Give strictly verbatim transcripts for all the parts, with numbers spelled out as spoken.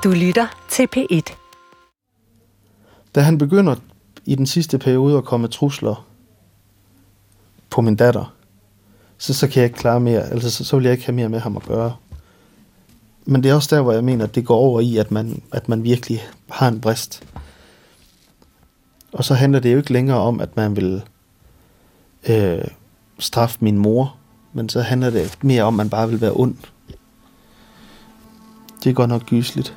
Du lytter til P et. Da han begynder i den sidste periode at komme trusler på min datter, så, så kan jeg ikke klare mere. Altså, så, så vil jeg ikke have mere med ham at gøre. Men det er også der, hvor jeg mener, at det går over i, at man, at man virkelig har en brist. Og så handler det jo ikke længere om, at man vil øh, straffe min mor, men så handler det mere om, at man bare vil være ond. Det er godt nok gysligt.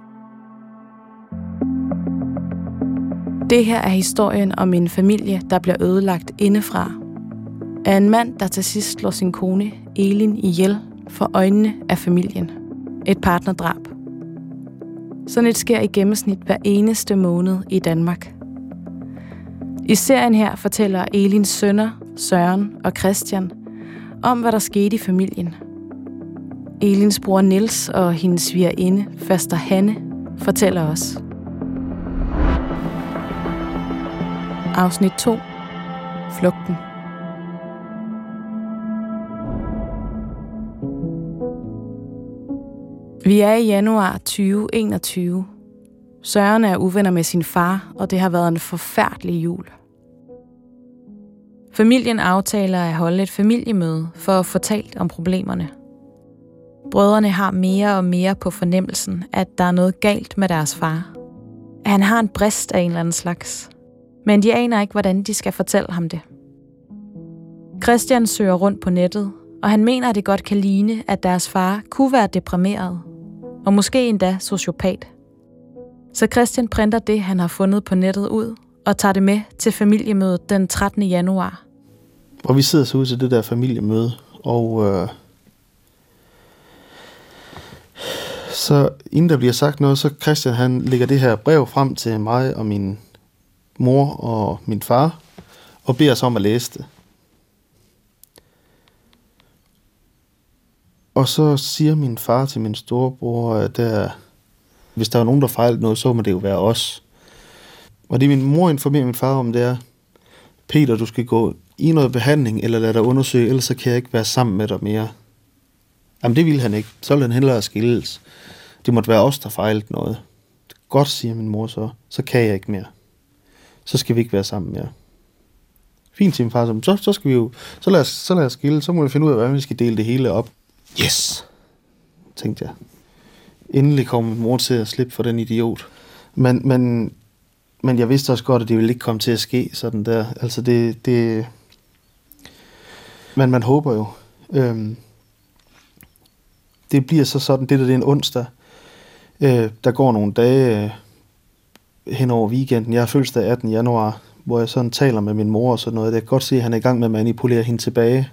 Det her er historien om en familie, der bliver ødelagt indefra. Af en mand, der til sidst slår sin kone, Elin, ihjel for øjnene af familien. Et partnerdrab. Sådan et sker i gennemsnit hver eneste måned i Danmark. I serien her fortæller Elins sønner, Søren og Christian, om hvad der skete i familien. Elins bror Niels og hendes svigerinde, faster Hanne, fortæller os. Afsnit to. Flugten. Vi er i januar tyve enogtyve. Søren er uvenner med sin far, og det har været en forfærdelig jul. Familien aftaler at holde et familiemøde for at få talt om problemerne. Brødrene har mere og mere på fornemmelsen, at der er noget galt med deres far. At han har en brist af en eller anden slags. Men de aner ikke, hvordan de skal fortælle ham det. Christian søger rundt på nettet, og han mener, at det godt kan ligne, at deres far kunne være deprimeret, og måske endda sociopat. Så Christian printer det, han har fundet på nettet ud, og tager det med til familiemødet den trettende januar. Og vi sidder så ud til det der familiemøde, og øh, så inden der bliver sagt noget, så Christian han lægger det her brev frem til mig og min mor og min far, og beder os om at læse det. Og så siger min far til min storebror, at der, hvis der er nogen, der fejler noget, så må det jo være os. Og det min mor informerer min far om, det er, Peter, du skal gå i noget behandling, eller lade dig undersøge, ellers så kan jeg ikke være sammen med dig mere. Jamen det ville han ikke. Så ville han hellere skilles. Det måtte være os, der fejlede noget. Godt, siger min mor så. Så kan jeg ikke mere. Så skal vi ikke være sammen mere. Fint, siger min far. Så, så skal vi jo, så lad os, så lad os skille. Så må vi finde ud af, hvordan vi skal dele det hele op. Yes, tænkte jeg. Endelig kom min mor til at slippe for den idiot. Men, men, men jeg vidste også godt, at det ville ikke komme til at ske sådan der. Altså det, det men man håber jo. Øhm, det bliver så sådan, det der det er en onsdag. Øh, der går nogle dage øh, hen over weekenden. Jeg har fødselsdag attende januar, hvor jeg sådan taler med min mor og sådan noget. Jeg kan godt se, at han er i gang med at manipulere hende tilbage.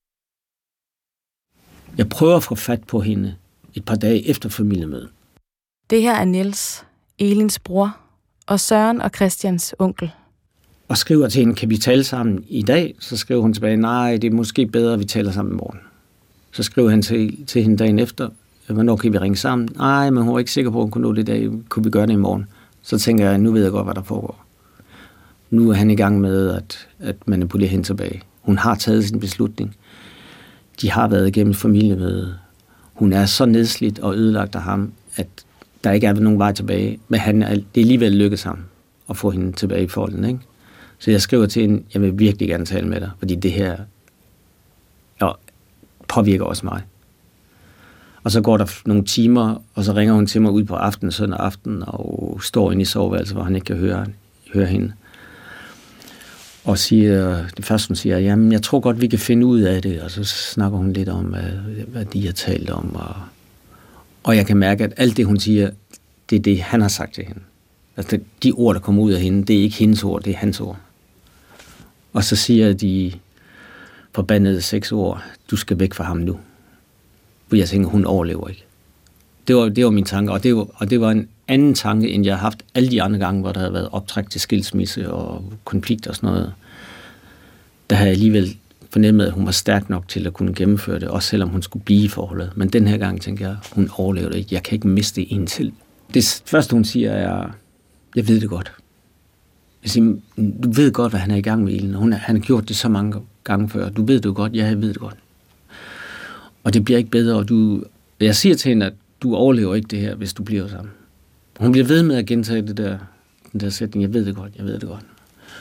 Jeg prøver at få fat på hende et par dage efter familiemødet. Det her er Niels, Elins bror, og Søren og Christians onkel. Og skriver til hende, kan vi tale sammen i dag? Så skriver hun tilbage, nej, det er måske bedre, at vi taler sammen i morgen. Så skriver han til, til hende dagen efter, hvornår kan vi ringe sammen? Nej, men hun var ikke sikker på, at hun kunne nå det i dag. Kunne vi gøre det i morgen? Så tænker jeg, nu ved jeg godt, hvad der foregår. Nu er han i gang med at, at manipulere hende tilbage. Hun har taget sin beslutning. De har været igennem familiemøde. Hun er så nedslidt og ødelagt af ham, at der ikke er nogen vej tilbage. Men han er, det er alligevel lykkedes ham at få hende tilbage i folden, ikke? Så jeg skriver til hende, jeg vil virkelig gerne tale med dig, fordi det her ja, påvirker også mig. Og så går der nogle timer, og så ringer hun til mig ud på aftenen, søndag aften, og står inde i soveværelset, hvor han ikke kan høre, høre hende. Og siger, det første hun siger, jamen jeg tror godt, vi kan finde ud af det. Og så snakker hun lidt om, hvad, hvad de har talt om. Og, og jeg kan mærke, at alt det, hun siger, det er det, han har sagt til hende. Altså de ord, der kommer ud af hende, det er ikke hendes ord, det er hans ord. Og så siger de forbandede seks ord, du skal væk fra ham nu. For jeg tænker, hun overlever ikke. Det var, det var min tanke, og det var, og det var en anden tanke, end jeg har haft alle de andre gange, hvor der havde været optræk til skilsmisse og konflikt og sådan noget. Der havde jeg alligevel fornemmet, at hun var stærk nok til at kunne gennemføre det, også selvom hun skulle blive i forholdet. Men den her gang tænker jeg, hun overlever det ikke. Jeg kan ikke miste en til. Det første, hun siger, er, jeg ved det godt. Jeg siger, du ved godt, hvad han er i gang med, Elin. Hun er, han har gjort det så mange gange før. Du ved det godt, ja, jeg ved det godt. Og det bliver ikke bedre, og du... Jeg siger til hende, at du overlever ikke det her, hvis du bliver sammen. Hun bliver ved med at gentage det der, den der sætning, jeg ved det godt, jeg ved det godt.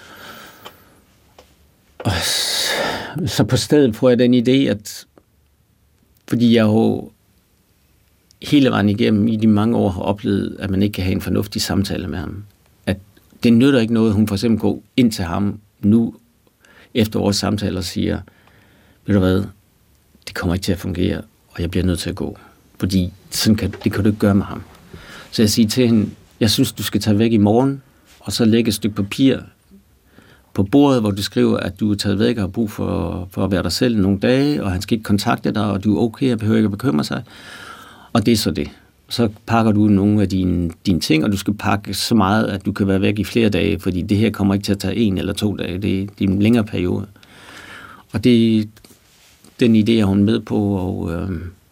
Og så på stedet får jeg den idé, at fordi jeg jo hele vejen igennem i de mange år har oplevet, at man ikke kan have en fornuftig samtale med ham. At det nytter ikke noget, hun for eksempel går ind til ham nu efter vores samtaler og siger, ved du hvad, det kommer ikke til at fungere, og jeg bliver nødt til at gå. Fordi sådan kan, det kan du ikke gøre med ham. Så jeg siger til hende, jeg synes, du skal tage væk i morgen, og så lægge et stykke papir på bordet, hvor du skriver, at du er taget væk og har brug for, for at være dig selv nogle dage, og han skal ikke kontakte dig, og du er okay, og behøver ikke at bekymre sig. Og det er så det. Så pakker du nogle af dine, dine ting, og du skal pakke så meget, at du kan være væk i flere dage, fordi det her kommer ikke til at tage en eller to dage. Det, det er en længere periode. Og det, den idé er hun med på, og, øh,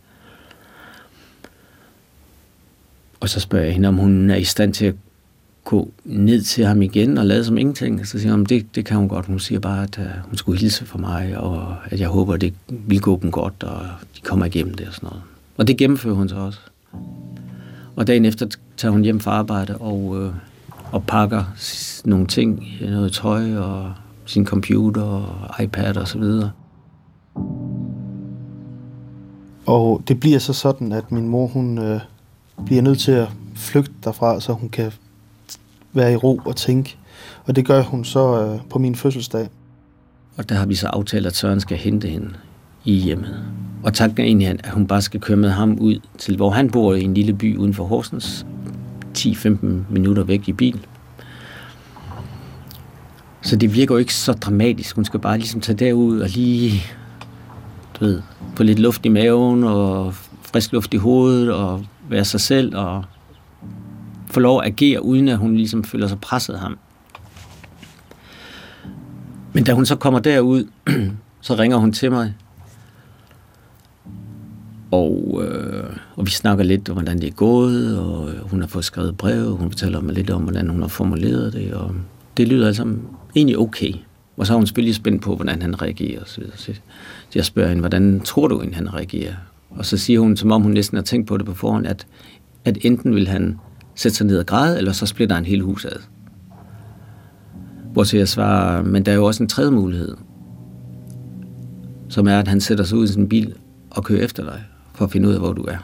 og så spørger jeg hende, om hun er i stand til at gå ned til ham igen og lade som ingenting. Så siger hun, det, det kan hun godt. Hun siger bare, at uh, hun skulle hilse for mig, og at jeg håber, at det vil gå dem godt, og de kommer igennem det og sådan noget. Og det gennemfører hun så også. Og dagen efter tager hun hjem fra arbejde og, øh, og pakker nogle ting, noget tøj og sin computer og iPad og så videre. Og det bliver så sådan, at min mor, hun øh, bliver nødt til at flygte derfra, så hun kan være i ro og tænke. Og det gør hun så øh, på min fødselsdag. Og der har vi så aftalt, at Søren skal hente hende i hjemmet. Og tanken er egentlig, at hun bare skal køre med ham ud til, hvor han bor i en lille by uden for Horsens. ti til femten minutter væk i bil. Så det virker jo ikke så dramatisk. Hun skal bare ligesom tage derud og lige, du ved, få lidt luft i maven og frisk luft i hovedet og være sig selv og få lov at agere, uden at hun ligesom føler sig presset ham. Men da hun så kommer derud, så ringer hun til mig. Og, øh, og vi snakker lidt om, hvordan det er gået, og hun har fået skrevet brev, og hun fortæller mig lidt om, hvordan hun har formuleret det, og det lyder altså egentlig okay. Og så har hun selvfølgelig spændt på, hvordan han reagerer. Så, så jeg spørger hende, hvordan tror du egentlig, han reagerer? Og så siger hun, som om hun næsten har tænkt på det på forhånd, at, at enten vil han sætte sig ned og græde, eller så splitter han hele huset ad. Hvortil jeg svarer, men der er jo også en tredje mulighed, som er, at han sætter sig ud i sin bil og kører efter dig, for at finde ud af, hvor du er.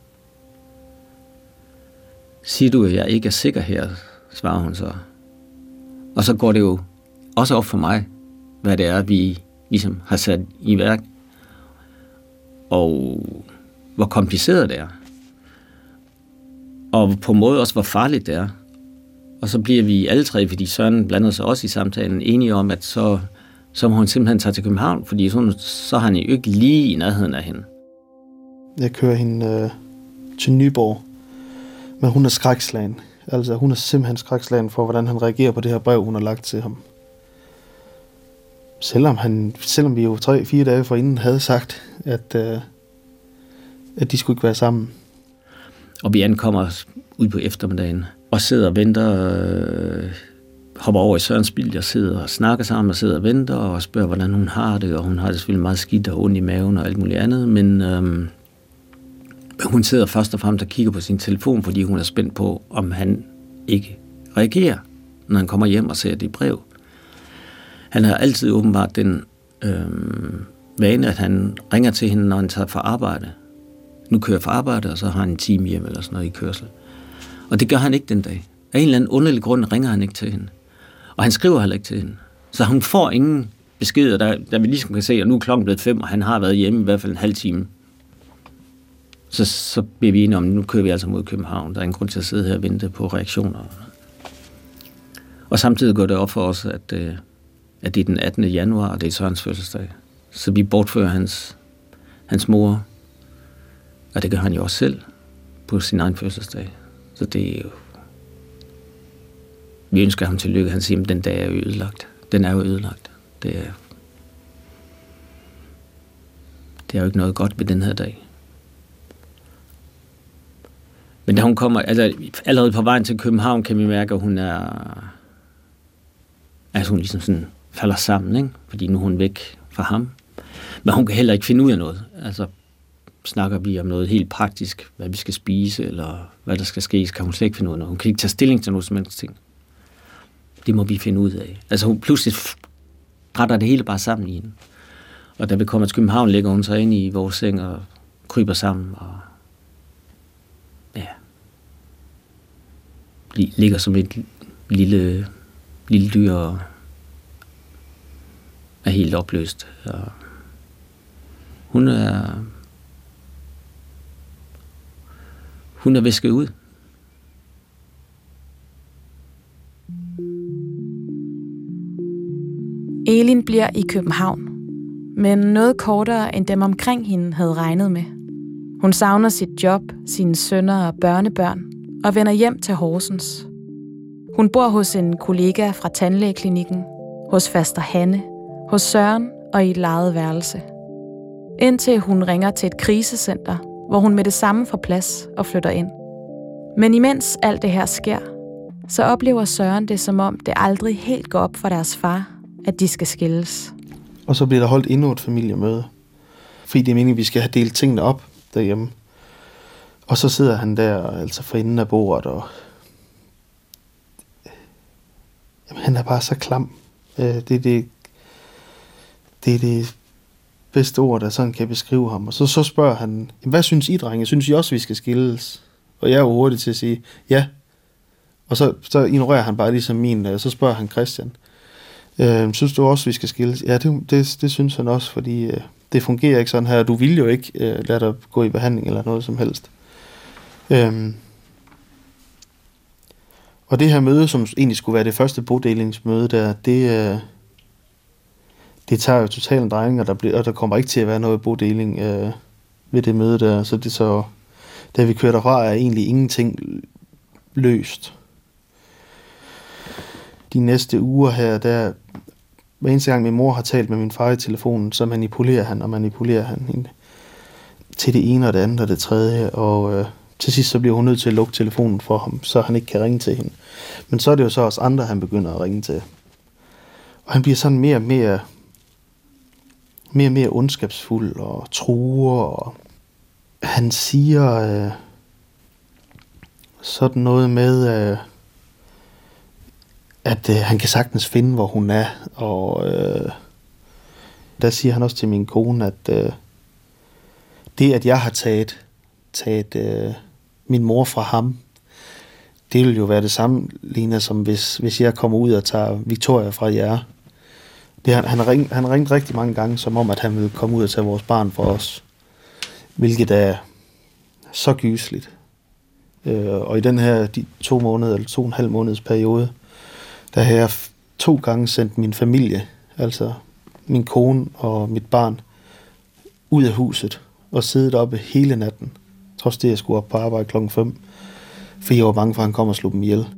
Siger du, at jeg ikke er sikker her, svarer hun så. Og så går det jo også op for mig, hvad det er, vi ligesom har sat i værk, og hvor kompliceret det er. Og på en måde også, hvor farligt det er. Og så bliver vi alle tre, fordi Søren blander sig også i samtalen, enige om, at så, så må hun simpelthen tage til København, fordi så, så har han jo ikke lige i nærheden af hende. Jeg kører hende øh, til Nyborg, men hun er skrækslagen. Altså, hun er simpelthen skrækslagen for, hvordan han reagerer på det her brev, hun har lagt til ham. Selvom, han, selvom vi jo tre, fire dage forinden havde sagt, at, øh, at de skulle ikke være sammen. Og vi ankommer ud på eftermiddagen og sidder og venter, øh, hopper over i Sørens bil, jeg sidder og snakker sammen og sidder og venter og spørger, hvordan hun har det, og hun har det selvfølgelig meget skidt og ondt i maven og alt muligt andet, men øh, hun sidder først og fremmest og kigger på sin telefon, fordi hun er spændt på, om han ikke reagerer, når han kommer hjem og ser det i brev. Han har altid åbenbart den øh, vane, at han ringer til hende, når han tager fra arbejde. Nu kører jeg fra arbejde, og så har han en time hjem eller sådan noget i kørsel. Og det gør han ikke den dag. Af en eller anden underlig grund ringer han ikke til hende. Og han skriver heller ikke til hende. Så hun får ingen beskeder, der, der vi ligesom kan se, at nu er klokken blevet fem, og han har været hjemme i hvert fald en halv time. Så, så bliver vi enige om, nu kører vi altså mod København. Der er ingen grund til at sidde her og vente på reaktioner. Og samtidig går det op for os, at, at det er den attende januar, og det er Sørens fødselsdag. Så vi bortfører hans, hans mor, og det gør han jo også selv på sin egen fødselsdag. Så det er jo... Vi ønsker ham tillykke. Han siger, at den dag er jo ødelagt. Den er jo ødelagt. Det er... Det er jo ikke noget godt ved den her dag. Men da hun kommer... Altså, allerede på vejen til København kan vi mærke, at hun er... At hun ligesom sådan falder sammen, ikke? Fordi nu er hun væk fra ham. Men hun kan heller ikke finde ud af noget. Altså, snakker vi om noget helt praktisk, hvad vi skal spise, eller hvad der skal ske, så kan hun slet ikke finde ud af noget. Hun kan ikke tage stilling til noget som helst ting. Det må vi finde ud af. Altså hun pludselig retter det hele bare sammen i hende. Og da vi kommer til København, ligger hun så ind i vores seng og kryber sammen, og ja, ligger som et lille, lille dyr og er helt opløst. Og hun er hun er visket ud. Elin bliver i København, men noget kortere end dem omkring hende havde regnet med. Hun savner sit job, sine sønner og børnebørn og vender hjem til Horsens. Hun bor hos en kollega fra tandlægeklinikken, hos faster Hanne, hos Søren og i et lejet værelse. Indtil hun ringer til et krisecenter, hvor hun med det samme får plads og flytter ind. Men imens alt det her sker, så oplever Søren det, som om det aldrig helt går op for deres far, at de skal skilles. Og så bliver der holdt endnu et familiemøde. Fordi det er meningen, at vi skal have delt tingene op derhjemme. Og så sidder han der, altså for enden af bordet, og jamen, han er bare så klam. Det er det, det, er det bedste ord, der sådan kan beskrive ham. Og så, så spørger han, hvad synes I, drenge? Synes I også, vi skal skilles? Og jeg er jo hurtig til at sige, ja. Og så, så ignorerer han bare ligesom min, så spørger han Christian, øh, synes du også, vi skal skilles? Ja, det, det, det synes han også, fordi øh, det fungerer ikke sådan her. Du vil jo ikke øh, lade dig gå i behandling eller noget som helst. Øhm. Og det her møde, som egentlig skulle være det første bodelingsmøde der, det, øh, det tager jo totalt en drejning, og der, bliver, og der kommer ikke til at være noget bodeling øh, ved det møde der. Så det så, da vi kører derfra, er egentlig ingenting løst. De næste uger her, der hver eneste gang min mor har talt med min far i telefonen, så manipulerer han og manipulerer han hende til det ene og det andet og det tredje, og øh, til sidst så bliver hun nødt til at lukke telefonen for ham, så han ikke kan ringe til hende. Men så er det jo så også andre, han begynder at ringe til. Og han bliver sådan mere og mere, mere og mere ondskabsfuld og truer, og han siger øh, sådan noget med, øh, at øh, han kan sagtens finde, hvor hun er, og øh, der siger han også til min kone, at øh, det, at jeg har taget, taget øh, min mor fra ham, det vil jo være det samme, Lina, som hvis, hvis jeg kommer ud og tager Victoria fra jer. Det, han, han, ring, han ringte rigtig mange gange, som om, at han ville komme ud og tage vores barn fra os. Hvilket er så gysligt. Øh, og i den her de to måneder, eller to og en halv måneds periode, der har jeg to gange sendt min familie, altså min kone og mit barn, ud af huset og siddet oppe hele natten. Trods det, jeg skulle op på arbejde klokken fem. For jeg var bange for, at han kom og slog dem ihjel.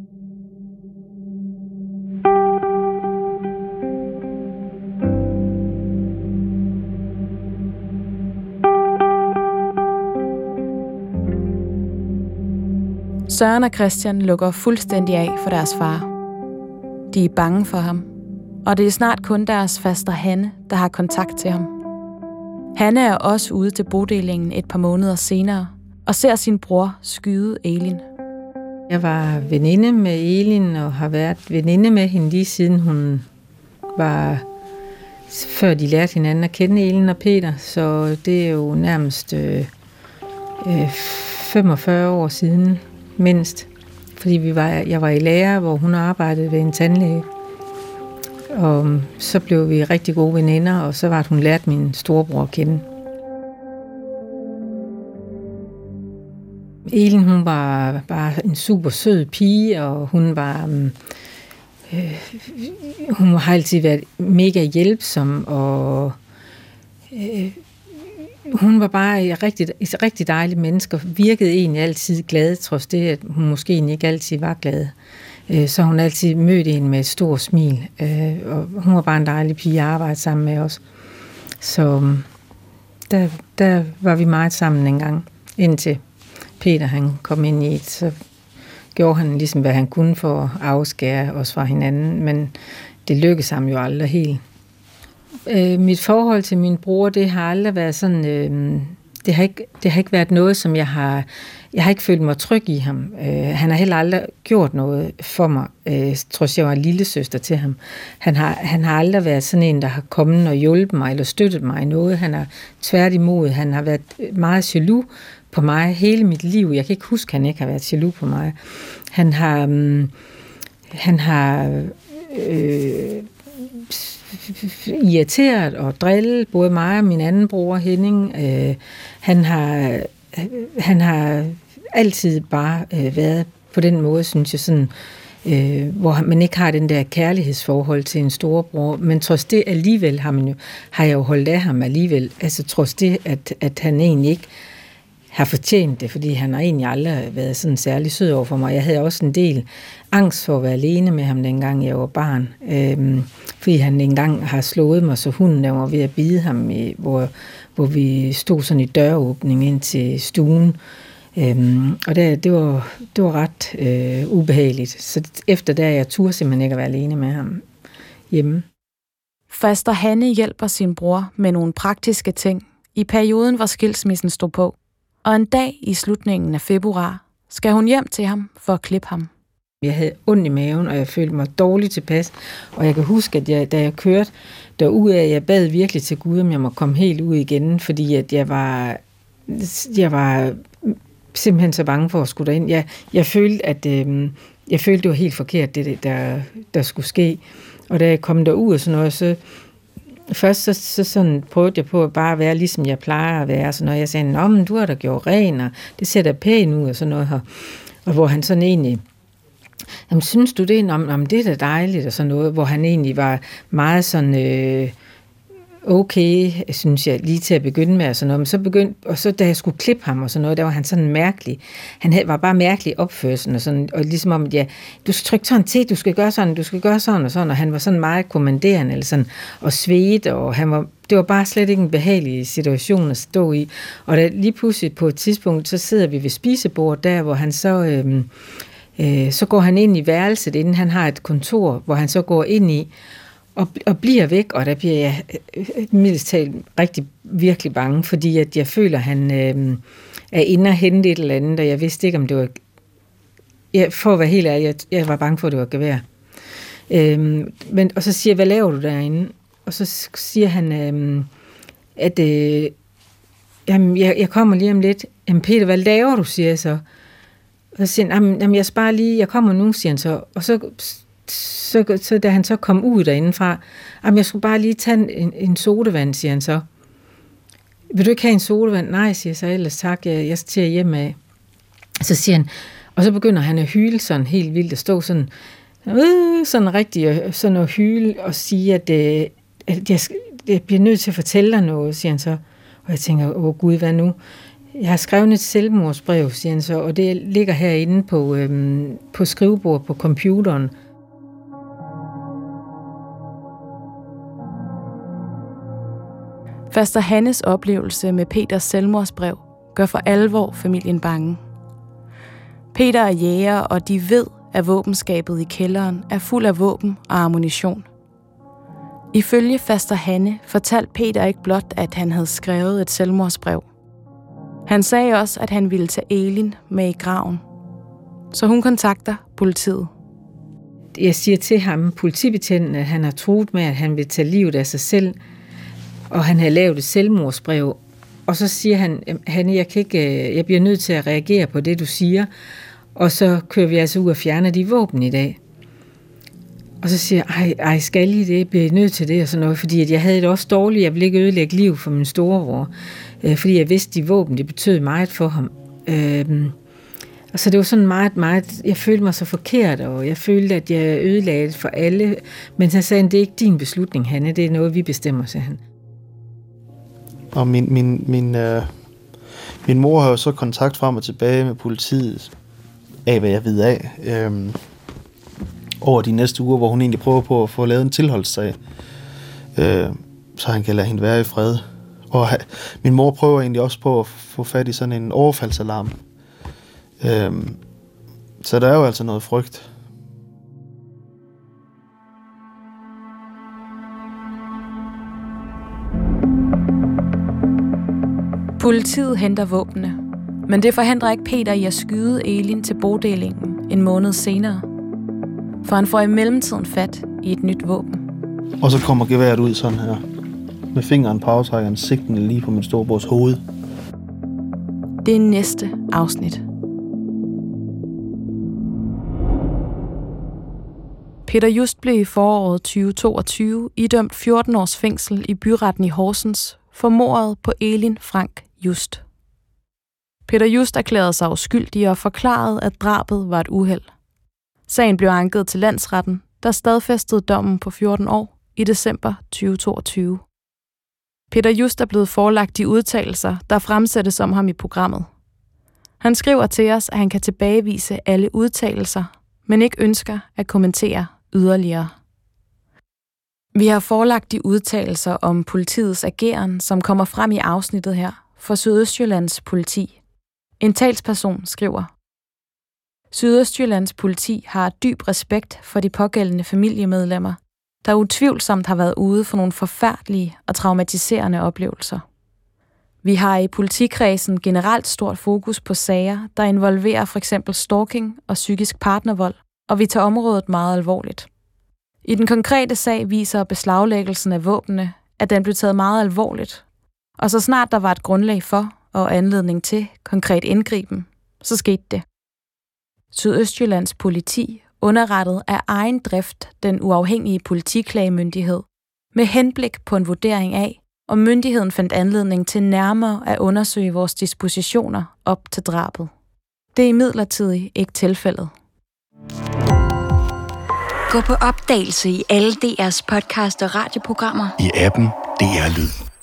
Søren og Christian lukker fuldstændig af for deres far. De er bange for ham, og det er snart kun deres faster Hanne, der har kontakt til ham. Hanne er også ude til bodelingen et par måneder senere, og ser sin bror skyde Elin. Jeg var veninde med Elin, og har været veninde med hende lige siden hun var, før de lærte hinanden at kende, Elin og Peter, så det er jo nærmest øh, øh, femogfyrre år siden, mindst. Fordi vi var, jeg var i lære, hvor hun arbejdede ved en tandlæge. Og så blev vi rigtig gode veninder, og så var det, hun lærte min storebror at kende. Elin, hun var bare en super sød pige, og hun var øh, hun har altid været mega hjælpsom, og øh, hun var bare et rigtig, et rigtig dejligt menneske, og virkede egentlig altid glad, trods det, at hun måske ikke altid var glad. Så hun altid mødte hende med et stort smil, og hun var bare en dejlig pige at arbejde sammen med os. Så der, der var vi meget sammen en gang, indtil Peter han kom ind i et, så gjorde han ligesom, hvad han kunne for at afskære os fra hinanden, men det lykkedes ham jo aldrig helt. Mit forhold til min bror, det har aldrig været sådan øh, det, har ikke, det har ikke været noget, som jeg har... Jeg har ikke følt mig tryg i ham. Øh, han har heller aldrig gjort noget for mig. Øh, trods jeg var en lille søster til ham. Han har, han har aldrig været sådan en, der har kommet og hjulpet mig eller støttet mig i noget. Han har tværtimod. Han har været meget jaloux på mig hele mit liv. Jeg kan ikke huske, at han ikke har været jaloux på mig. Han har... Um, han har... Øh, irriteret og drillet både mig og min anden bror Henning. Øh, han har han har altid bare øh, været på den måde, synes jeg, sådan, øh, hvor man ikke har den der kærlighedsforhold til en storebror, men trods det alligevel har, man jo, har jeg jo holdt af ham alligevel, altså trods det, at, at han egentlig ikke har fortjent det, fordi han har egentlig aldrig været sådan særlig sød over for mig. Jeg havde også en del angst for at være alene med ham, dengang jeg var barn, øhm, fordi han engang har slået mig, så hunden der var ved at bide ham, i, hvor, hvor vi stod sådan i døråbning ind til stuen, øhm, og det, det, var, det var ret øh, ubehageligt. Så efter det, jeg turde simpelthen ikke at være alene med ham hjemme. Faster Hanne hjælper sin bror med nogle praktiske ting i perioden, hvor skilsmissen stod på. Og en dag i slutningen af februar skal hun hjem til ham for at klippe ham. Jeg havde ondt i maven, og jeg følte mig dårligt tilpas. Og jeg kan huske, at jeg, da jeg kørte derudad, jeg bad virkelig til Gud, om jeg må komme helt ud igen, fordi at jeg var, jeg var simpelthen så bange for at skulle derind. Jeg, jeg følte, at øh, jeg følte, det var helt forkert, det der, der skulle ske. Og da jeg kom derud og sådan noget, så først så, så sådan prøvede jeg på at bare være, ligesom jeg plejer at være. Så når jeg sagde, nå, men du har da gjort ren, og det ser da pænt ud, og sådan noget her. Og hvor han sådan egentlig, jamen, synes du det? Om, om det er da dejligt, og sådan noget. Hvor han egentlig var meget sådan, øh, okay, synes jeg, lige til at begynde med, og sådan noget. Men så begyndte, og så da jeg skulle klippe ham, og sådan noget, der var han sådan mærkelig. Han havde, var bare mærkelig opførsel, og sådan, og ligesom om, ja, du skal trykke sådan til, du skal gøre sådan, du skal gøre sådan, og sådan, og han var sådan meget kommanderende, eller sådan, og svedt, og han var, det var bare slet ikke en behagelig situation at stå i. Og da lige pludselig på et tidspunkt, så sidder vi ved spisebordet der, hvor han så, øh, øh, så går han ind i værelset, inden han har et kontor, hvor han så går ind i, Og, og bliver væk, og der bliver jeg mildest talt rigtig virkelig bange, fordi at jeg føler, at han øh, er inde og hente et eller andet, og jeg vidste ikke, om det var... Jeg, for at være helt ærlig, jeg, jeg var bange for, at det var gevær. Øh, men, og så siger jeg, hvad laver du derinde? Og så siger han, øh, at øh, jamen, jeg, jeg kommer lige om lidt. Jamen Peter, hvad laver du, siger jeg så. Og så siger han, jamen jeg sparer lige, jeg kommer nu, siger han så. Og så... Så, så da han så kom ud derindefra, jamen jeg skulle bare lige tage en, en sodavand, siger han så. Vil du ikke have en sodavand? Nej, siger jeg så, ellers tak, jeg, jeg skal hjem af. Så siger han, og så begynder han at hyle sådan helt vildt, og stå sådan, øh, sådan rigtig, sådan at hyle, og sige, at, øh, at jeg, jeg bliver nødt til at fortælle dig noget, siger han så. Og jeg tænker, åh Gud, hvad nu? Jeg har skrevet et selvmordsbrev, siger han så, og det ligger herinde på, øhm, på skrivebord på computeren. Faster Hannes oplevelse med Peters selvmordsbrev gør for alvor familien bange. Peter er jæger, og de ved, at våbenskabet i kælderen er fuld af våben og ammunition. Ifølge faster Hanne fortalte Peter ikke blot, at han havde skrevet et selvmordsbrev. Han sagde også, at han ville tage Elin med i graven. Så hun kontakter politiet. Jeg siger til ham, politibetjenten, at han har truet med, at han vil tage livet af sig selv, og han har lavet et selvmordsbrev. Og så siger han, Hanne, jeg, kan ikke, jeg bliver nødt til at reagere på det, du siger. Og så kører vi altså ud og fjerner de våben i dag. Og så siger jeg, ej, ej skal I det? Jeg bliver nødt til det og sådan noget, fordi at jeg havde det også dårligt. Jeg ville ikke ødelægge liv for min storebror, øh, fordi jeg vidste, de våben, det betød meget for ham. Øh, og så det var sådan meget, meget, jeg følte mig så forkert, og jeg følte, at jeg ødelagde det for alle. Men han sagde, det er ikke din beslutning, Hanne, det er noget, vi bestemmer, sagde han. Og min, min, min, øh, min mor har jo så kontakt frem og tilbage med politiet, af hvad jeg ved af, øh, over de næste uger, hvor hun egentlig prøver på at få lavet en tilholdssag, øh, så han kan lade hende være i fred. Og ha, min mor prøver egentlig også på at få fat i sådan en overfaldsalarm. Øh, så der er jo altså noget frygt. Politiet henter våbnene, men det forhindrer ikke Peter i at skyde Elin til bodelingen en måned senere. For han får i mellemtiden fat i et nyt våben. Og så kommer geværet ud sådan her. Med fingeren på aftrækkeren, sigtende lige på min storebrors hoved. Det er næste afsnit. Peter Just blev i foråret tyve toogtyve idømt fjorten års fængsel i byretten i Horsens for mordet på Elin Frank Just. Peter Just erklærede sig uskyldig og forklarede, at drabet var et uheld. Sagen blev anket til landsretten, der stadfæstede dommen på fjorten år i december tyve toogtyve. Peter Just er blevet forelagt de udtalelser, der fremsættes om ham i programmet. Han skriver til os, at han kan tilbagevise alle udtalelser, men ikke ønsker at kommentere yderligere. Vi har forelagt de udtalelser om politiets ageren, som kommer frem i afsnittet her, for Sydøstjyllands politi. En talsperson skriver: Sydøstjyllands politi har dyb respekt for de pågældende familiemedlemmer, der utvivlsomt har været ude for nogle forfærdelige og traumatiserende oplevelser. Vi har i politikredsen generelt stort fokus på sager, der involverer f.eks. stalking og psykisk partnervold, og vi tager området meget alvorligt. I den konkrete sag viser beslaglæggelsen af våbnene, at den blev taget meget alvorligt, og så snart der var et grundlag for og anledning til konkret indgriben, så skete det. Sydøstjyllands politi underrettede af egen drift den uafhængige politiklagemyndighed med henblik på en vurdering af, om myndigheden fandt anledning til nærmere at undersøge vores dispositioner op til drabet. Det er imidlertid ikke tilfældet. Gå på opdagelse i alle D R's podcast og radioprogrammer. I appen D R Lyd.